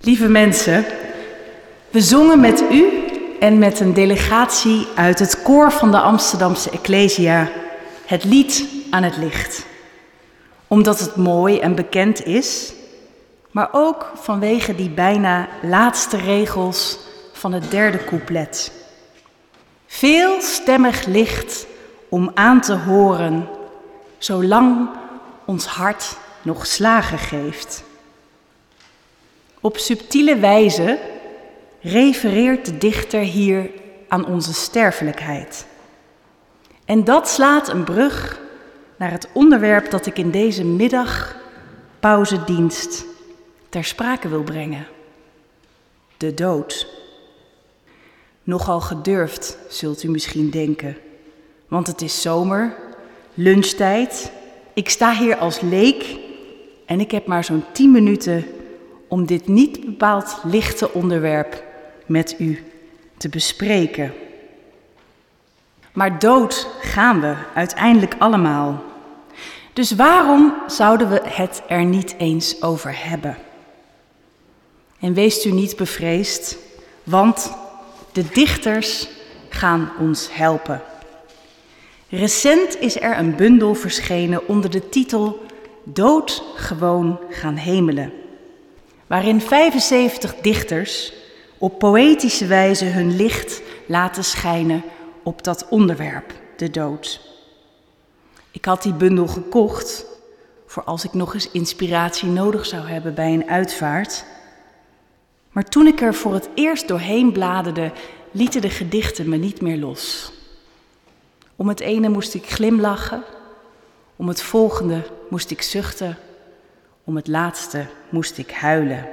Lieve mensen, we zongen met u en met een delegatie uit het koor van de Amsterdamse Ecclesia het lied Aan het licht. Omdat het mooi en bekend is, maar ook vanwege die bijna laatste regels van het derde couplet. Veelstemmig licht om aan te horen, zolang ons hart nog slagen geeft. Op subtiele wijze refereert de dichter hier aan onze sterfelijkheid. En dat slaat een brug naar het onderwerp dat ik in deze middagpauzedienst ter sprake wil brengen. De dood. Nogal gedurfd, zult u misschien denken. Want het is zomer, lunchtijd. Ik sta hier als leek en ik heb maar zo'n 10 minuten om dit niet bepaald lichte onderwerp met u te bespreken. Maar dood gaan we uiteindelijk allemaal. Dus waarom zouden we het er niet eens over hebben? En wees u niet bevreesd, want de dichters gaan ons helpen. Recent is er een bundel verschenen onder de titel Dood gewoon gaan hemelen, waarin 75 dichters op poëtische wijze hun licht laten schijnen op dat onderwerp, de dood. Ik had die bundel gekocht voor als ik nog eens inspiratie nodig zou hebben bij een uitvaart. Maar toen ik er voor het eerst doorheen bladerde, lieten de gedichten me niet meer los. Om het ene moest ik glimlachen, om het volgende moest ik zuchten, om het laatste moest ik huilen.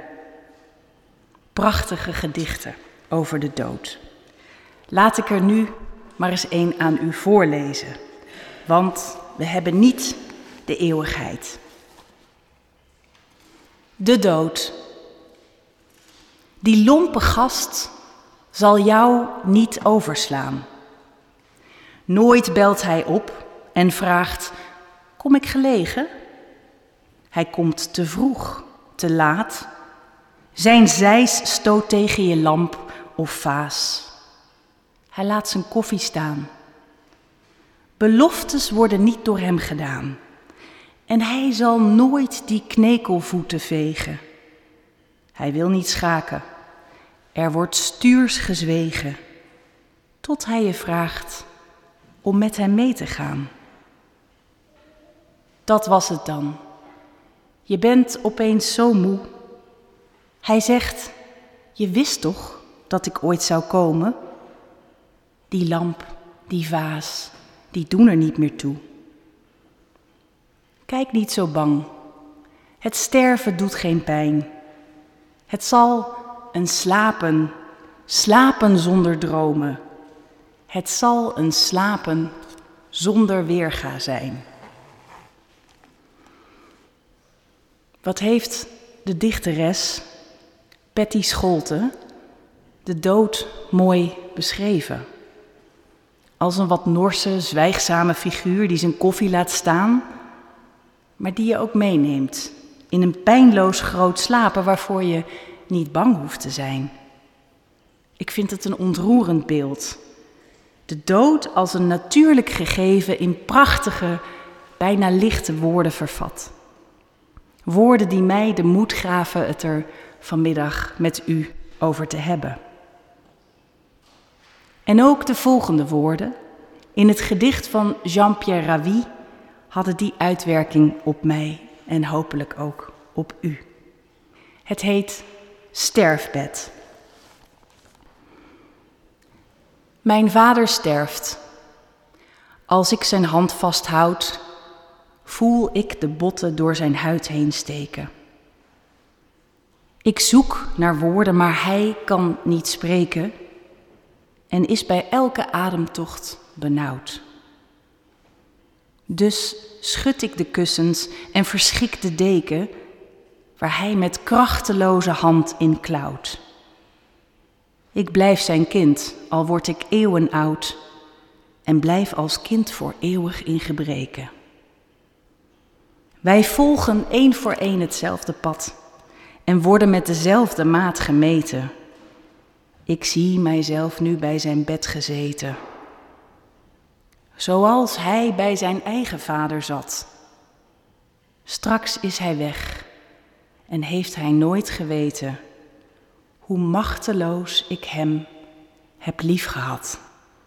Prachtige gedichten over de dood. Laat ik er nu maar eens een aan u voorlezen, want we hebben niet de eeuwigheid. De dood. Die lompe gast zal jou niet overslaan. Nooit belt hij op en vraagt, kom ik gelegen? Hij komt te vroeg, te laat. Zijn zeis stoot tegen je lamp of vaas. Hij laat zijn koffie staan. Beloftes worden niet door hem gedaan. En hij zal nooit die knekelvoeten vegen. Hij wil niet schaken. Er wordt stuurs gezwegen. Tot hij je vraagt om met hem mee te gaan. Dat was het dan. Je bent opeens zo moe. Hij zegt, je wist toch dat ik ooit zou komen? Die lamp, die vaas, die doen er niet meer toe. Kijk niet zo bang. Het sterven doet geen pijn. Het zal een slapen zonder dromen. Het zal een slapen zonder weerga zijn. Wat heeft de dichteres Patty Scholte de dood mooi beschreven? Als een wat norse, zwijgzame figuur die zijn koffie laat staan, maar die je ook meeneemt in een pijnloos groot slapen waarvoor je niet bang hoeft te zijn. Ik vind het een ontroerend beeld. De dood als een natuurlijk gegeven in prachtige, bijna lichte woorden vervat. Woorden die mij de moed gaven het er vanmiddag met u over te hebben. En ook de volgende woorden in het gedicht van Jean-Pierre Ravi hadden die uitwerking op mij en hopelijk ook op u. Het heet Sterfbed. Mijn vader sterft. Als ik zijn hand vasthoud, voel ik de botten door zijn huid heen steken. Ik zoek naar woorden, maar hij kan niet spreken en is bij elke ademtocht benauwd. Dus schud ik de kussens en verschik de deken waar hij met krachteloze hand in klauwt. Ik blijf zijn kind, al word ik eeuwen oud en blijf als kind voor eeuwig in gebreken. Wij volgen één voor één hetzelfde pad en worden met dezelfde maat gemeten. Ik zie mijzelf nu bij zijn bed gezeten, zoals hij bij zijn eigen vader zat. Straks is hij weg en heeft hij nooit geweten hoe machteloos ik hem heb liefgehad.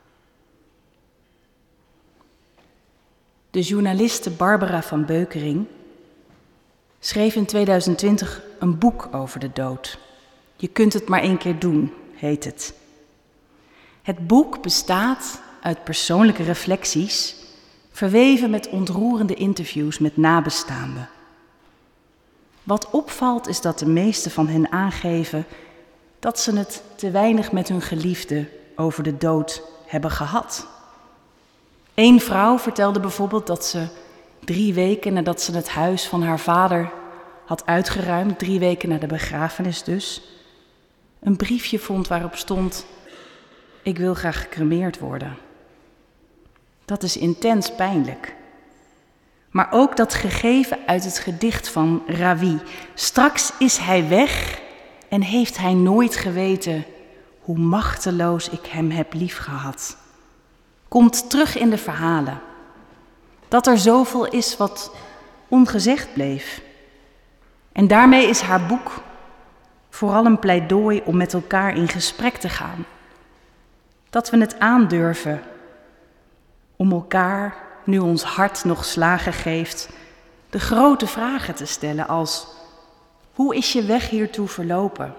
De journaliste Barbara van Beukering schreef in 2020 een boek over de dood. Je kunt het maar 1 keer doen, heet het. Het boek bestaat uit persoonlijke reflecties, verweven met ontroerende interviews met nabestaanden. Wat opvalt is dat de meesten van hen aangeven dat ze het te weinig met hun geliefde over de dood hebben gehad. Eén vrouw vertelde bijvoorbeeld dat ze 3 weken nadat ze het huis van haar vader had uitgeruimd, 3 weken na de begrafenis dus, een briefje vond waarop stond: ik wil graag gecremeerd worden. Dat is intens pijnlijk. Maar ook dat gegeven uit het gedicht van Ravi. Straks is hij weg en heeft hij nooit geweten hoe machteloos ik hem heb liefgehad. Komt terug in de verhalen. Dat er zoveel is wat ongezegd bleef. En daarmee is haar boek vooral een pleidooi om met elkaar in gesprek te gaan. Dat we het aandurven om elkaar, nu ons hart nog slagen geeft, de grote vragen te stellen als: hoe is je weg hiertoe verlopen?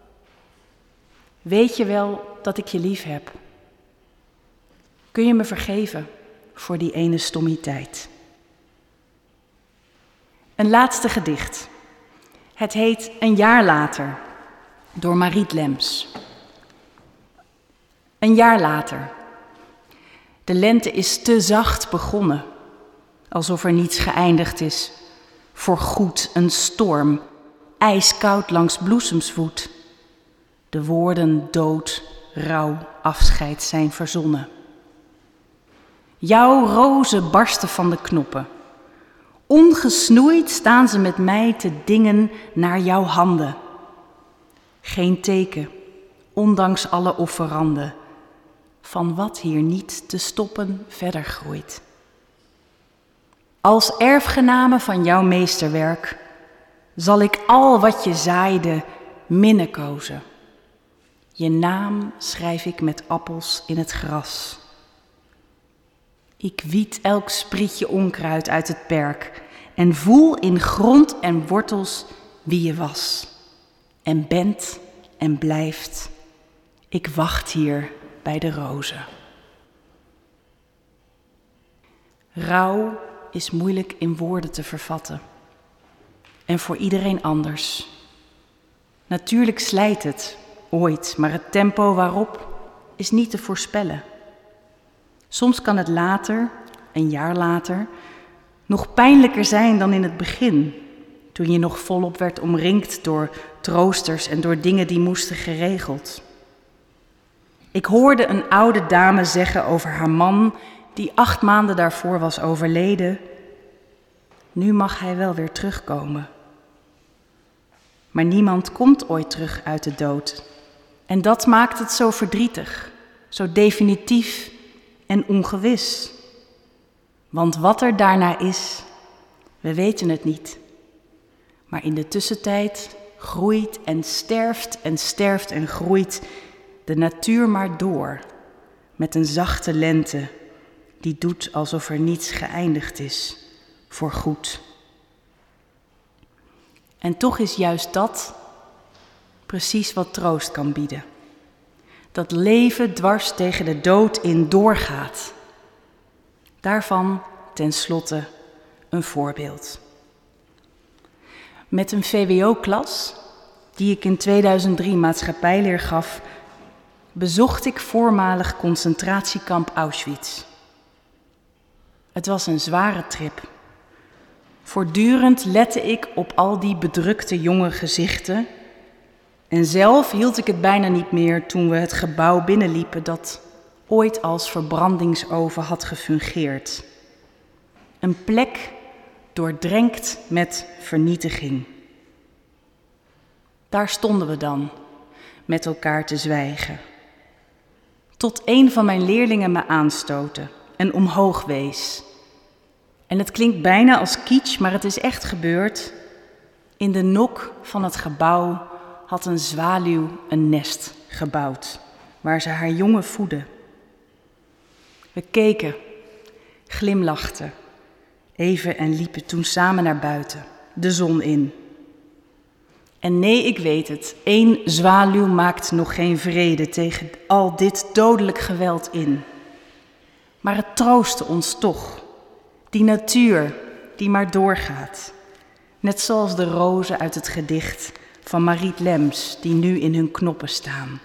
Weet je wel dat ik je lief heb? Kun je me vergeven voor die ene stommiteit? Een laatste gedicht. Het heet Een jaar later, door Mariet Lems. Een jaar later. De lente is te zacht begonnen, alsof er niets geëindigd is. Voorgoed een storm, ijskoud langs bloesemsvoet. De woorden dood, rouw, afscheid zijn verzonnen. Jouw rozen barsten van de knoppen. Ongesnoeid staan ze met mij te dingen naar jouw handen. Geen teken, ondanks alle offeranden, van wat hier niet te stoppen verder groeit. Als erfgename van jouw meesterwerk zal ik al wat je zaaide minnenkozen. Je naam schrijf ik met appels in het gras. Ik wied elk sprietje onkruid uit het perk en voel in grond en wortels wie je was en bent en blijft. Ik wacht hier bij de rozen. Rouw is moeilijk in woorden te vervatten en voor iedereen anders. Natuurlijk slijt het ooit, maar het tempo waarop is niet te voorspellen. Soms kan het later, een jaar later, nog pijnlijker zijn dan in het begin, toen je nog volop werd omringd door troosters en door dingen die moesten geregeld. Ik hoorde een oude dame zeggen over haar man, die 8 maanden daarvoor was overleden: nu mag hij wel weer terugkomen. Maar niemand komt ooit terug uit de dood. En dat maakt het zo verdrietig, zo definitief en ongewis. Want wat er daarna is, we weten het niet. Maar in de tussentijd groeit en sterft en groeit de natuur maar door, met een zachte lente die doet alsof er niets geëindigd is, voor goed. En toch is juist dat precies wat troost kan bieden. Dat leven dwars tegen de dood in doorgaat. Daarvan tenslotte een voorbeeld. Met een VWO-klas, die ik in 2003 maatschappijleer gaf, bezocht ik voormalig concentratiekamp Auschwitz. Het was een zware trip. Voortdurend lette ik op al die bedrukte jonge gezichten. En zelf hield ik het bijna niet meer toen we het gebouw binnenliepen dat ooit als verbrandingsoven had gefungeerd. Een plek doordrenkt met vernietiging. Daar stonden we dan, met elkaar te zwijgen. Tot een van mijn leerlingen me aanstootte en omhoog wees. En het klinkt bijna als kitsch, maar het is echt gebeurd. In de nok van het gebouw had een zwaluw een nest gebouwd, waar ze haar jongen voedde. We keken, glimlachten, even en liepen toen samen naar buiten, de zon in. En nee, ik weet het, 1 zwaluw maakt nog geen vrede tegen al dit dodelijk geweld in. Maar het troostte ons toch, die natuur die maar doorgaat. Net zoals de rozen uit het gedicht van Mariet Lems, die nu in hun knoppen staan.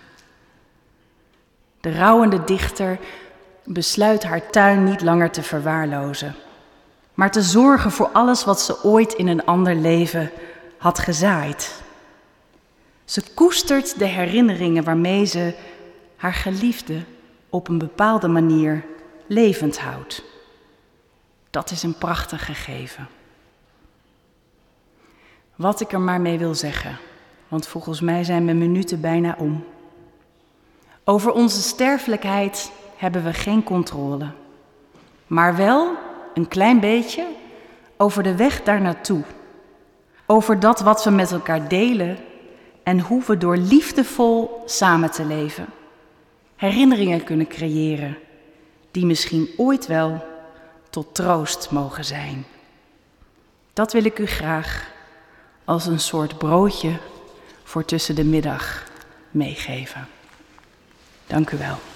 De rouwende dichter besluit haar tuin niet langer te verwaarlozen, maar te zorgen voor alles wat ze ooit in een ander leven had gezaaid. Ze koestert de herinneringen waarmee ze haar geliefde op een bepaalde manier levend houdt. Dat is een prachtig gegeven. Wat ik er maar mee wil zeggen, want volgens mij zijn mijn minuten bijna om. Over onze sterfelijkheid hebben we geen controle, maar wel een klein beetje over de weg daar naartoe. Over dat wat we met elkaar delen en hoe we door liefdevol samen te leven herinneringen kunnen creëren die misschien ooit wel tot troost mogen zijn. Dat wil ik u graag als een soort broodje voor tussen de middag meegeven. Dank u wel.